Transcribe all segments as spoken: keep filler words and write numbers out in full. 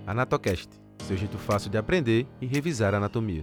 Anatocast, seu jeito fácil de aprender e revisar a anatomia.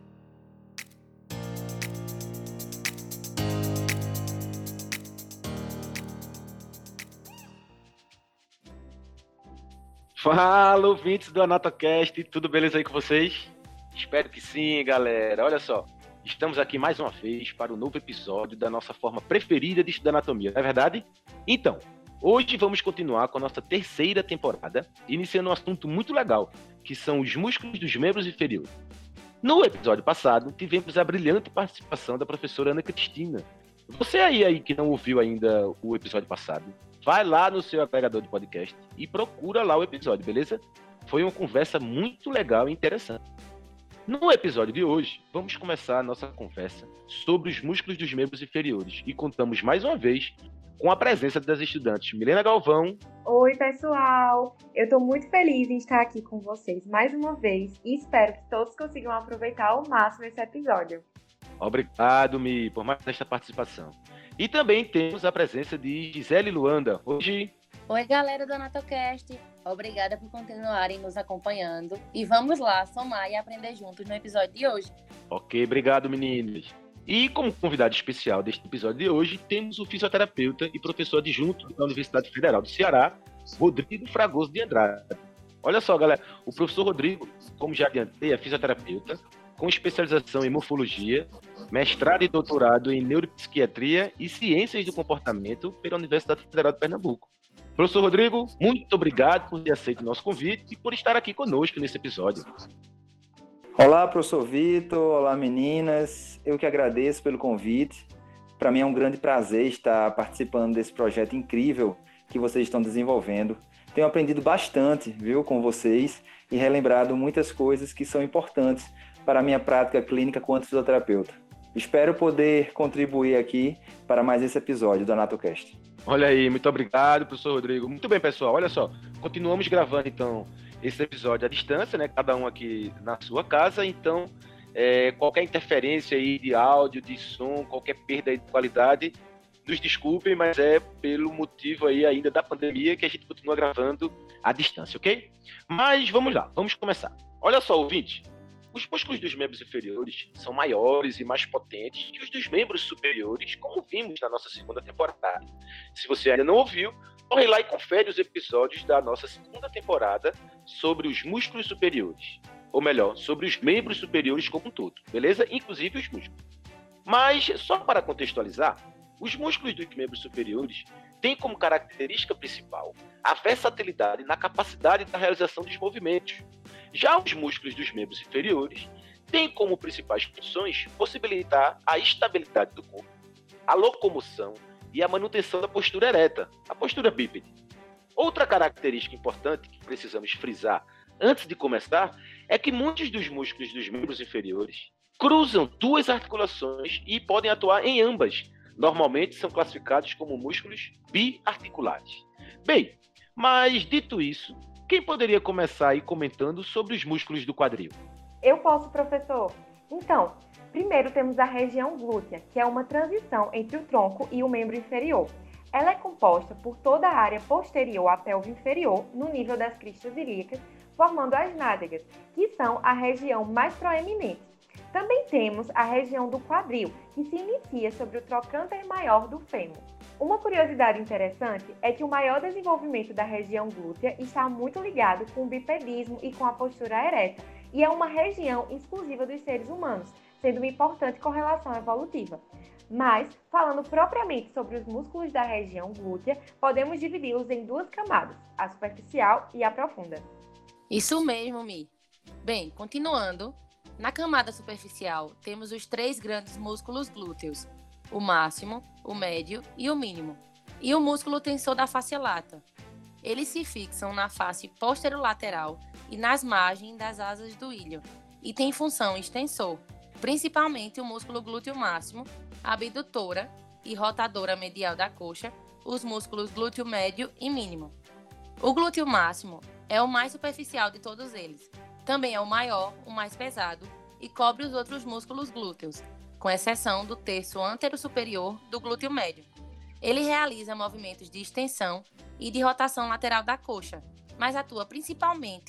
Fala, ouvintes do Anatocast, tudo beleza aí com vocês? Espero que sim, galera. Olha só, estamos aqui mais uma vez para o novo episódio da nossa forma preferida de estudar anatomia, não é verdade? Então, hoje vamos continuar com a nossa terceira temporada, iniciando um assunto muito legal, que são os músculos dos membros inferiores. No episódio passado, tivemos a brilhante participação da professora Ana Cristina. Você aí, aí que não ouviu ainda o episódio passado, vai lá no seu agregador de podcast e procura lá o episódio, beleza? Foi uma conversa muito legal e interessante. No episódio de hoje, vamos começar a nossa conversa sobre os músculos dos membros inferiores e contamos mais uma vez com a presença das estudantes Milena Galvão. Oi, pessoal! Eu estou muito feliz em estar aqui com vocês mais uma vez e espero que todos consigam aproveitar ao máximo esse episódio. Obrigado, Mi, por mais esta participação. E também temos a presença de Gisele Luanda. Hoje... Oi, galera do Anatocast. Obrigada por continuarem nos acompanhando. E vamos lá, somar e aprender juntos no episódio de hoje. Ok, obrigado, meninas. E como convidado especial deste episódio de hoje, temos o fisioterapeuta e professor adjunto da Universidade Federal do Ceará, Rodrigo Fragoso de Andrade. Olha só, galera, o professor Rodrigo, como já adiantei, é fisioterapeuta, com especialização em morfologia, mestrado e doutorado em neuropsiquiatria e ciências do comportamento pela Universidade Federal de Pernambuco. Professor Rodrigo, muito obrigado por ter aceito o nosso convite e por estar aqui conosco nesse episódio. Olá, professor Vitor. Olá, meninas. Eu que agradeço pelo convite. Para mim é um grande prazer estar participando desse projeto incrível que vocês estão desenvolvendo. Tenho aprendido bastante, viu, com vocês e relembrado muitas coisas que são importantes para a minha prática clínica quanto fisioterapeuta. Espero poder contribuir aqui para mais esse episódio do Anatocast. Olha aí, muito obrigado, professor Rodrigo. Muito bem, pessoal, olha só, continuamos gravando, então, esse episódio à distância, né, cada um aqui na sua casa, então, é, qualquer interferência aí de áudio, de som, qualquer perda aí de qualidade, nos desculpem, mas é pelo motivo aí ainda da pandemia que a gente continua gravando à distância, ok? Mas vamos lá, vamos começar. Olha só, ouvinte, os músculos dos membros inferiores são maiores e mais potentes que os dos membros superiores, como vimos na nossa segunda temporada. Se você ainda não ouviu, corre lá e confere os episódios da nossa segunda temporada sobre os músculos superiores. Ou melhor, sobre os membros superiores como um todo, beleza? Inclusive os músculos. Mas, só para contextualizar, os músculos dos membros superiores têm como característica principal a versatilidade na capacidade da realização dos movimentos. Já os músculos dos membros inferiores têm como principais funções possibilitar a estabilidade do corpo, a locomoção e a manutenção da postura ereta, a postura bípede. Outra característica importante que precisamos frisar antes de começar é que muitos dos músculos dos membros inferiores cruzam duas articulações e podem atuar em ambas. Normalmente são classificados como músculos biarticulares. Bem, mas dito isso, quem poderia começar aí comentando sobre os músculos do quadril? Eu posso, professor. Então, primeiro temos a região glútea, que é uma transição entre o tronco e o membro inferior. Ela é composta por toda a área posterior à pelve inferior, no nível das cristas ilíacas, formando as nádegas, que são a região mais proeminente. Também temos a região do quadril, que se inicia sobre o trocânter maior do fêmur. Uma curiosidade interessante é que o maior desenvolvimento da região glútea está muito ligado com o bipedismo e com a postura ereta, e é uma região exclusiva dos seres humanos, sendo uma importante correlação evolutiva. Mas, falando propriamente sobre os músculos da região glútea, podemos dividi-los em duas camadas, a superficial e a profunda. Isso mesmo, Mi. Bem, continuando, na camada superficial temos os três grandes músculos glúteos, o máximo, o médio e o mínimo, e o músculo tensor da face lata. Eles se fixam na face posterolateral e nas margens das asas do ilho, e têm função extensor, principalmente o músculo glúteo máximo, a abdutora e rotadora medial da coxa, os músculos glúteo médio e mínimo. O glúteo máximo é o mais superficial de todos eles. Também é o maior, o mais pesado e cobre os outros músculos glúteos, com exceção do terço antero-superior do glúteo médio. Ele realiza movimentos de extensão e de rotação lateral da coxa, mas atua principalmente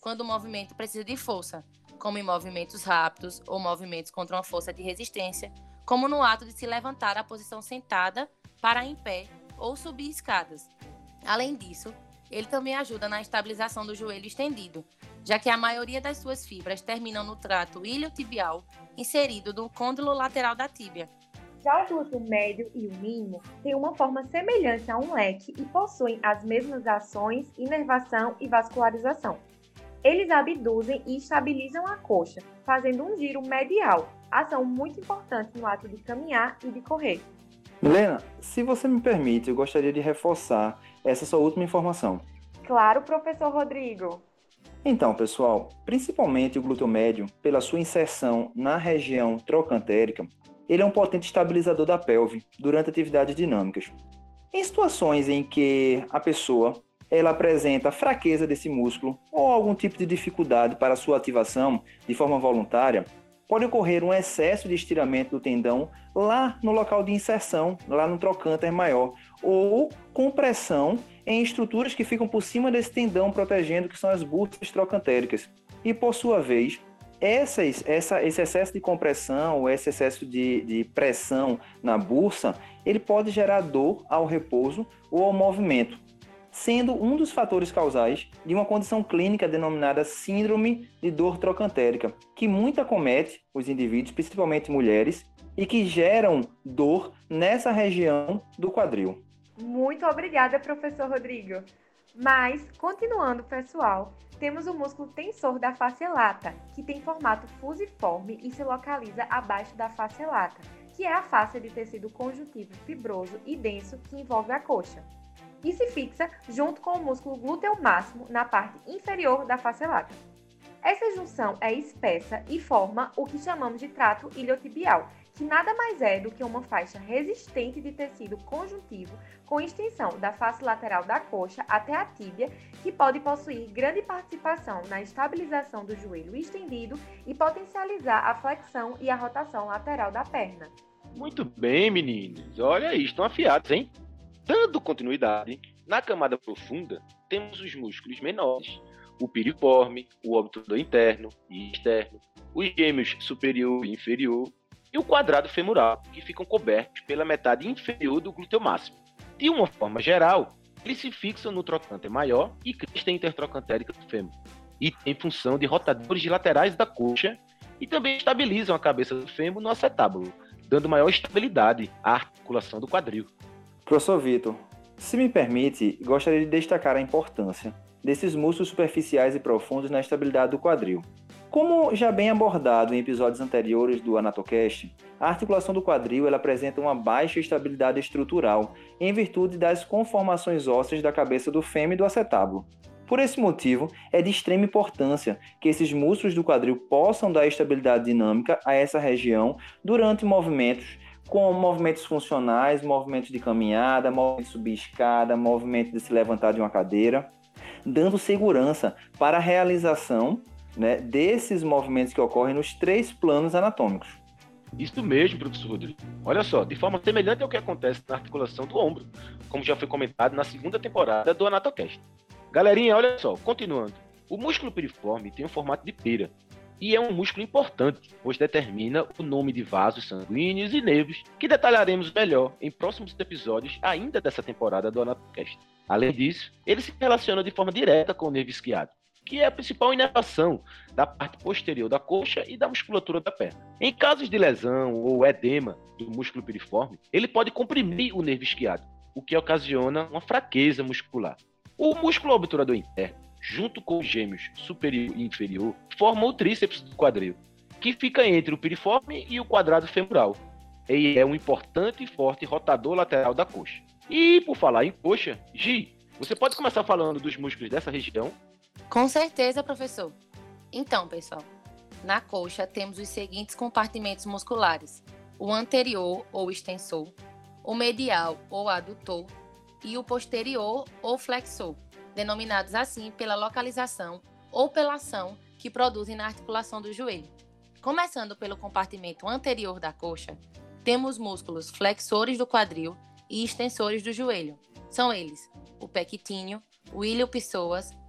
quando o movimento precisa de força, como em movimentos rápidos ou movimentos contra uma força de resistência, como no ato de se levantar da posição sentada para em pé ou subir escadas. Além disso, ele também ajuda na estabilização do joelho estendido, já que a maioria das suas fibras terminam no trato iliotibial inserido no côndilo lateral da tíbia. Já o glúteo médio e o mínimo têm uma forma semelhante a um leque e possuem as mesmas ações, inervação e vascularização. Eles abduzem e estabilizam a coxa, fazendo um giro medial, ação muito importante no ato de caminhar e de correr. Milena, se você me permite, eu gostaria de reforçar essa sua última informação. Claro, professor Rodrigo. Então, pessoal, principalmente o glúteo médio, pela sua inserção na região trocantérica, ele é um potente estabilizador da pelve durante atividades dinâmicas. Em situações em que a pessoa ela apresenta fraqueza desse músculo ou algum tipo de dificuldade para sua ativação de forma voluntária, pode ocorrer um excesso de estiramento do tendão lá no local de inserção, lá no trocânter maior, ou compressão em estruturas que ficam por cima desse tendão protegendo, que são as bursas trocantéricas. E, por sua vez, essas, essa, esse excesso de compressão, ou esse excesso de, de pressão na bursa, ele pode gerar dor ao repouso ou ao movimento, sendo um dos fatores causais de uma condição clínica denominada síndrome de dor trocantérica, que muito acomete os indivíduos, principalmente mulheres, e que geram dor nessa região do quadril. Muito obrigada, professor Rodrigo. Mas, continuando, pessoal, temos o músculo tensor da face lata, que tem formato fusiforme e se localiza abaixo da face lata, que é a face de tecido conjuntivo fibroso e denso que envolve a coxa, e se fixa junto com o músculo glúteo máximo na parte inferior da face lata. Essa junção é espessa e forma o que chamamos de trato iliotibial, que nada mais é do que uma faixa resistente de tecido conjuntivo com extensão da face lateral da coxa até a tíbia, que pode possuir grande participação na estabilização do joelho estendido e potencializar a flexão e a rotação lateral da perna. Muito bem, meninos. Olha aí, estão afiados, hein? Dando continuidade, na camada profunda, temos os músculos menores, o piriforme, o obturador interno e externo, os gêmeos superior e inferior, e o quadrado femoral, que ficam cobertos pela metade inferior do glúteo máximo. De uma forma geral, eles se fixam no trocânter maior e crista intertrocantérica do fêmur, e têm função de rotadores de laterais da coxa e também estabilizam a cabeça do fêmur no acetábulo, dando maior estabilidade à articulação do quadril. Professor Vitor, se me permite, gostaria de destacar a importância desses músculos superficiais e profundos na estabilidade do quadril. Como já bem abordado em episódios anteriores do AnatoCast, a articulação do quadril ela apresenta uma baixa estabilidade estrutural em virtude das conformações ósseas da cabeça do fêmur e do acetábulo. Por esse motivo, é de extrema importância que esses músculos do quadril possam dar estabilidade dinâmica a essa região durante movimentos, como movimentos funcionais, movimentos de caminhada, movimentos de subir escada, movimento de se levantar de uma cadeira, dando segurança para a realização, né, desses movimentos que ocorrem nos três planos anatômicos. Isso mesmo, professor Rodrigo. Olha só, de forma semelhante ao que acontece na articulação do ombro, como já foi comentado na segunda temporada do AnatoCast. Galerinha, olha só, continuando. O músculo piriforme tem um formato de pera e é um músculo importante, pois determina o nome de vasos sanguíneos e nervos, que detalharemos melhor em próximos episódios ainda dessa temporada do AnatoCast. Além disso, ele se relaciona de forma direta com o nervo isquiado, que é a principal inervação da parte posterior da coxa e da musculatura da perna. Em casos de lesão ou edema do músculo piriforme, ele pode comprimir o nervo isquiado, o que ocasiona uma fraqueza muscular. O músculo obturador interno, junto com os gêmeos superior e inferior, forma o tríceps do quadril, que fica entre o piriforme e o quadrado femoral, e é um importante e forte rotador lateral da coxa. E por falar em coxa, Gi, você pode começar falando dos músculos dessa região? Com certeza, professor. Então, pessoal, na coxa temos os seguintes compartimentos musculares: o anterior ou extensor, o medial ou adutor e o posterior ou flexor, denominados assim pela localização ou pela ação que produzem na articulação do joelho. Começando pelo compartimento anterior da coxa, temos músculos flexores do quadril e extensores do joelho. São eles o pectíneo, o ilio-psoas,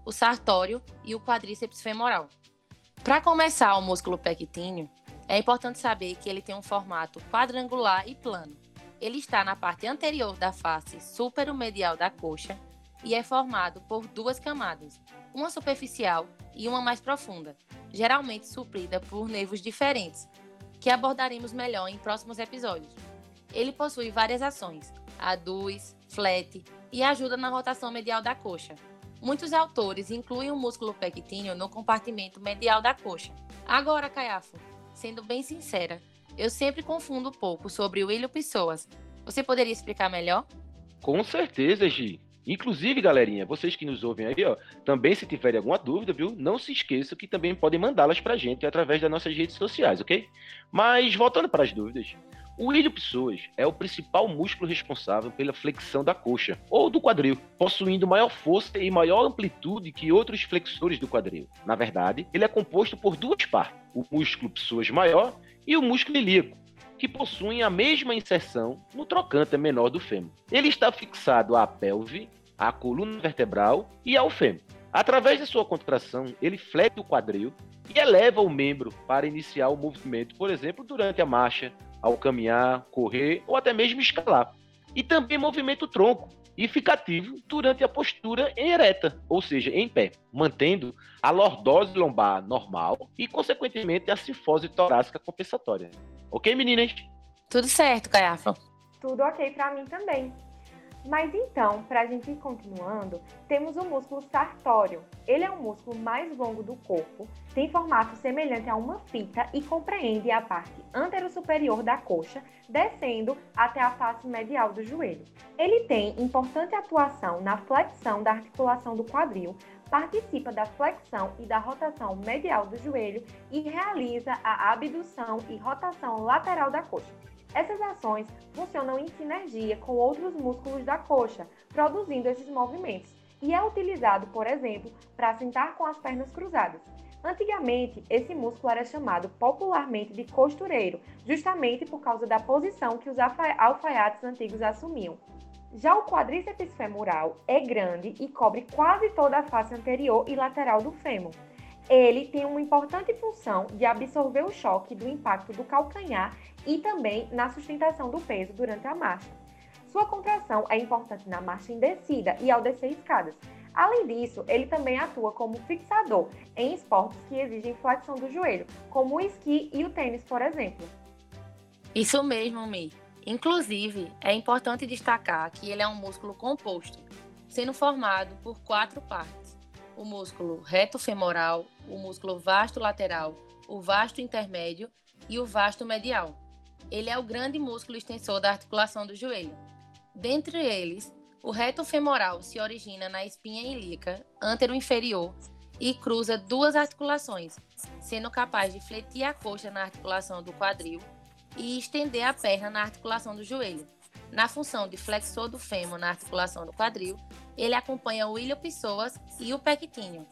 o sartório e o quadríceps femoral. Para começar o músculo pectíneo, é importante saber que ele tem um formato quadrangular e plano. Ele está na parte anterior da face superomedial da coxa e é formado por duas camadas, uma superficial e uma mais profunda, geralmente suprida por nervos diferentes, que abordaremos melhor em próximos episódios. Ele possui várias ações, aduz, flete e ajuda na rotação medial da coxa. Muitos autores incluem o músculo pectíneo no compartimento medial da coxa. Agora, Caiafo, sendo bem sincera, eu sempre confundo um pouco sobre o ilho-pessoas. Você poderia explicar melhor? Com certeza, Gi. Inclusive, galerinha, vocês que nos ouvem aí, ó, também se tiverem alguma dúvida, viu, não se esqueçam que também podem mandá-las pra gente através das nossas redes sociais, ok? Mas, voltando para as dúvidas, o ilho-pessoas é o principal músculo responsável pela flexão da coxa, ou do quadril, possuindo maior força e maior amplitude que outros flexores do quadril. Na verdade, ele é composto por duas partes, o músculo pessoas maior e o músculo ilíaco, que possuem a mesma inserção no trocânter menor do fêmur. Ele está fixado à pelve, à coluna vertebral e ao fêmur. Através da sua contração, ele flete o quadril e eleva o membro para iniciar o movimento, por exemplo, durante a marcha, ao caminhar, correr ou até mesmo escalar. E também movimenta o tronco e fica ativo durante a postura em ereta, ou seja, em pé, mantendo a lordose lombar normal e, consequentemente, a cifose torácica compensatória. Ok, meninas? Tudo certo, Caiafo. Tudo ok para mim também. Mas então, para a gente ir continuando, temos o músculo sartório. Ele é o músculo mais longo do corpo, tem formato semelhante a uma fita e compreende a parte anterosuperior da coxa, descendo até a face medial do joelho. Ele tem importante atuação na flexão da articulação do quadril, participa da flexão e da rotação medial do joelho e realiza a abdução e rotação lateral da coxa. Essas ações funcionam em sinergia com outros músculos da coxa, produzindo esses movimentos, e é utilizado, por exemplo, para sentar com as pernas cruzadas. Antigamente, esse músculo era chamado popularmente de costureiro, justamente por causa da posição que os alfaiates antigos assumiam. Já o quadríceps femoral é grande e cobre quase toda a face anterior e lateral do fêmur. Ele tem uma importante função de absorver o choque do impacto do calcanhar e também na sustentação do peso durante a marcha. Sua contração é importante na marcha em descida e ao descer escadas. Além disso, ele também atua como fixador em esportes que exigem flexão do joelho, como o esqui e o tênis, por exemplo. Isso mesmo, Mi. Inclusive, é importante destacar que ele é um músculo composto, sendo formado por quatro partes. O músculo reto femoral, o músculo vasto lateral, o vasto intermédio e o vasto medial. Ele é o grande músculo extensor da articulação do joelho. Dentre eles, o reto femoral se origina na espinha ilíaca antero-inferior e cruza duas articulações, sendo capaz de fletir a coxa na articulação do quadril e estender a perna na articulação do joelho. Na função de flexor do fêmur na articulação do quadril, ele acompanha o ilho-pessoas e o pectíneo.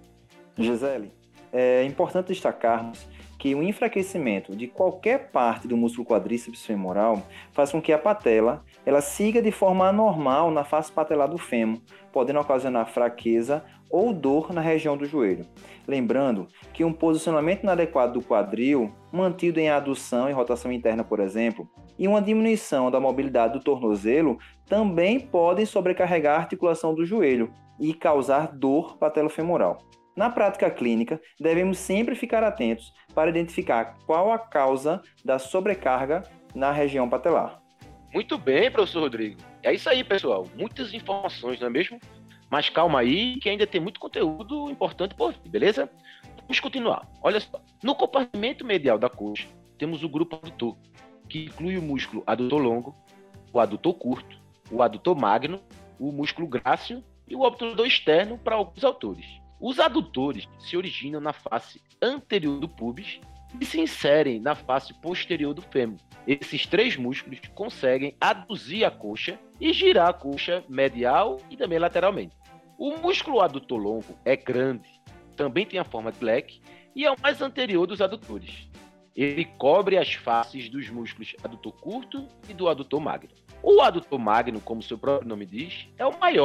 Gisele, é importante destacarmos que o enfraquecimento de qualquer parte do músculo quadríceps femoral faz com que a patela ela siga de forma anormal na face patelar do fêmur, podendo ocasionar fraqueza ou dor na região do joelho. Lembrando que um posicionamento inadequado do quadril, mantido em adução e rotação interna, por exemplo, e uma diminuição da mobilidade do tornozelo também podem sobrecarregar a articulação do joelho e causar dor patelofemoral. Na prática clínica, devemos sempre ficar atentos para identificar qual a causa da sobrecarga na região patelar. Muito bem, professor Rodrigo. É isso aí, pessoal. Muitas informações, não é mesmo? Mas calma aí, que ainda tem muito conteúdo importante por vir, beleza? Vamos continuar. Olha só. No compartimento medial da coxa, temos o grupo adutor, que inclui o músculo adutor longo, o adutor curto, o adutor magno, o músculo grácil e o obturador externo para alguns autores. Os adutores se originam na face anterior do pubis e se inserem na face posterior do fêmur. Esses três músculos conseguem aduzir a coxa e girar a coxa medial e também lateralmente. O músculo adutor longo é grande, também tem a forma de leque e é o mais anterior dos adutores. Ele cobre as faces dos músculos adutor curto e do adutor magno. O adutor magno, como seu próprio nome diz, é o maior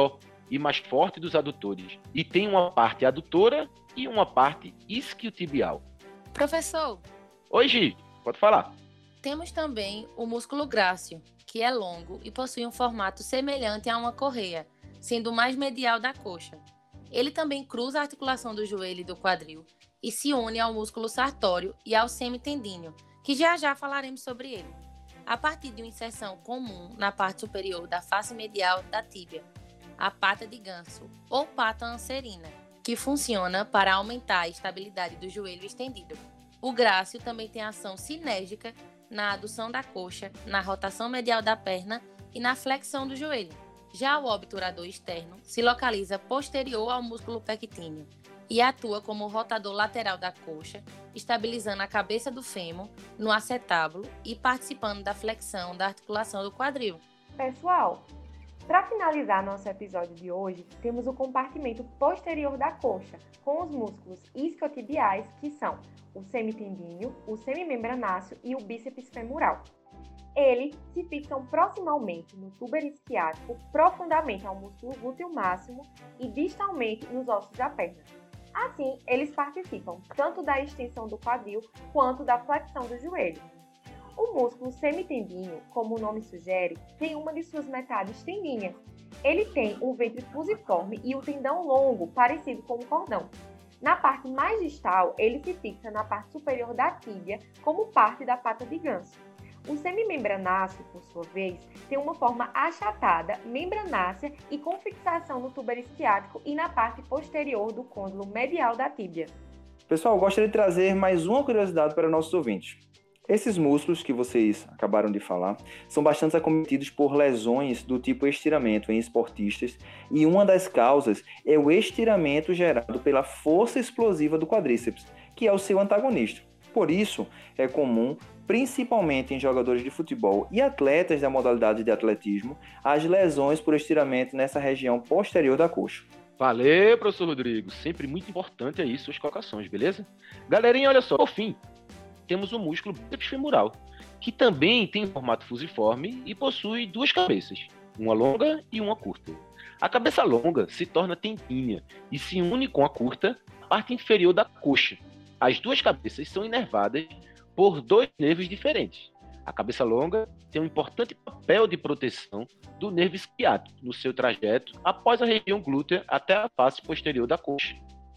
e mais forte dos adutores. E tem uma parte adutora e uma parte isquiotibial. Professor, Oi, Gi, pode falar. temos também o músculo grácil, que é longo e possui um formato semelhante a uma correia, sendo o mais medial da coxa. Ele também cruza a articulação do joelho e do quadril e se une ao músculo sartório e ao semitendíneo, que já já falaremos sobre ele, a partir de uma inserção comum na parte superior da face medial da tíbia, a pata de ganso ou pata anserina, que funciona para aumentar a estabilidade do joelho estendido. O grácil também tem ação sinérgica na adução da coxa, na rotação medial da perna e na flexão do joelho. Já o obturador externo se localiza posterior ao músculo pectíneo e atua como rotador lateral da coxa, estabilizando a cabeça do fêmur no acetábulo e participando da flexão da articulação do quadril. Pessoal, para finalizar nosso episódio de hoje, temos o compartimento posterior da coxa, com os músculos isquiotibiais, que são o semitendíneo, o semimembranáceo e o bíceps femoral. Eles se fixam proximalmente no túber isquiático, profundamente ao músculo glúteo máximo e distalmente nos ossos da perna. Assim, eles participam tanto da extensão do quadril quanto da flexão do joelho. O músculo semitendíneo, como o nome sugere, tem uma de suas metades tendinha. Ele tem um ventre fusiforme e o tendão longo, parecido com um cordão. Na parte mais distal, ele se fixa na parte superior da tíbia, como parte da pata de ganso. O semimembranáceo, por sua vez, tem uma forma achatada, membranácea e com fixação no túber isquiático e na parte posterior do côndilo medial da tíbia. Pessoal, gostaria de trazer mais uma curiosidade para nossos ouvintes. Esses músculos que vocês acabaram de falar são bastante acometidos por lesões do tipo estiramento em esportistas e uma das causas é o estiramento gerado pela força explosiva do quadríceps, que é o seu antagonista. Por isso, é comum, principalmente em jogadores de futebol e atletas da modalidade de atletismo, as lesões por estiramento nessa região posterior da coxa. Valeu, professor Rodrigo. Sempre muito importante aí suas colocações, beleza? Galerinha, olha só, por fim, temos o músculo bíceps femoral, que também tem formato fusiforme e possui duas cabeças, uma longa e uma curta. A cabeça longa se torna tendínea e se une com a curta, a parte inferior da coxa. As duas cabeças são inervadas por dois nervos diferentes. A cabeça longa tem um importante papel de proteção do nervo isquiático no seu trajeto após a região glútea até a face posterior da coxa.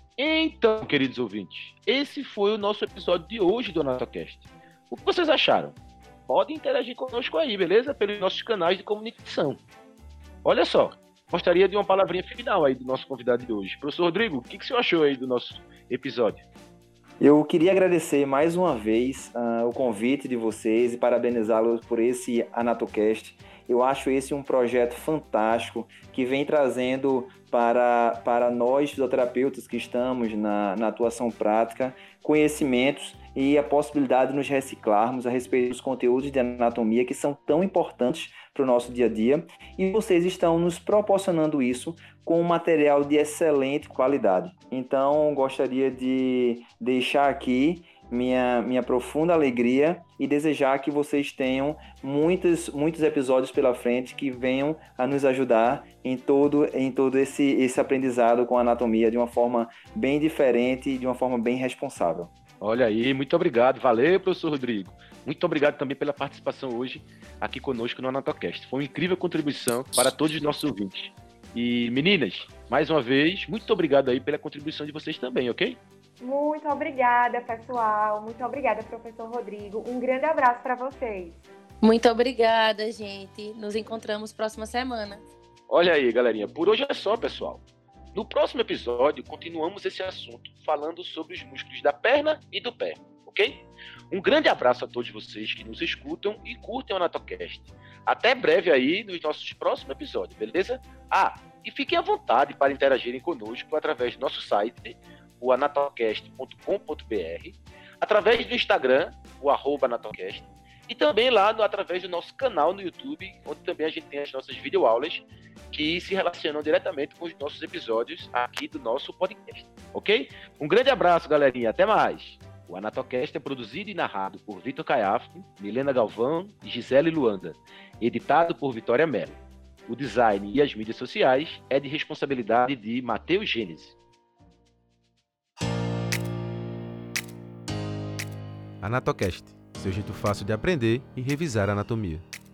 Então, queridos ouvintes, esse foi o nosso episódio de hoje do AnatoCast. O que vocês acharam? Podem interagir conosco aí, beleza? Pelos nossos canais de comunicação. Olha só, gostaria de uma palavrinha final aí do nosso convidado de hoje. Professor Rodrigo, o que, que o senhor achou aí do nosso episódio? Eu queria agradecer mais uma vez uh, o convite de vocês e parabenizá-los por esse AnatoCast. Eu acho esse um projeto fantástico que vem trazendo para, para nós fisioterapeutas que estamos na, na atuação prática conhecimentos e a possibilidade de nos reciclarmos a respeito dos conteúdos de anatomia que são tão importantes para o nosso dia a dia, e vocês estão nos proporcionando isso com um material de excelente qualidade. Então, gostaria de deixar aqui minha, minha profunda alegria e desejar que vocês tenham muitos, muitos episódios pela frente que venham a nos ajudar em todo, em todo esse, esse aprendizado com a anatomia de uma forma bem diferente e de uma forma bem responsável. Olha aí, muito obrigado. Valeu, professor Rodrigo. Muito obrigado também pela participação hoje aqui conosco no AnatoCast. Foi uma incrível contribuição para todos os nossos ouvintes. E, meninas, mais uma vez, muito obrigado aí pela contribuição de vocês também, ok? Muito obrigada, pessoal. Muito obrigada, professor Rodrigo. Um grande abraço para vocês. Muito obrigada, gente. Nos encontramos próxima semana. Olha aí, galerinha. Por hoje é só, pessoal. No próximo episódio, continuamos esse assunto falando sobre os músculos da perna e do pé, ok? Um grande abraço a todos vocês que nos escutam e curtem o AnatoCast. Até breve aí nos nossos próximos episódios, beleza? Ah, e fiquem à vontade para interagirem conosco através do nosso site, o anatocast ponto com ponto b r, através do Instagram, o arroba anatocast, e também lá no, através do nosso canal no YouTube, onde também a gente tem as nossas videoaulas que se relacionam diretamente com os nossos episódios aqui do nosso podcast, ok? Um grande abraço, galerinha. Até mais! O AnatoCast é produzido e narrado por Vitor Caiafo, Milena Galvão e Gisele Luanda, editado por Vitória Mello. O design e as mídias sociais é de responsabilidade de Matheus Gênese. Anatocast, seu jeito fácil de aprender e revisar anatomia.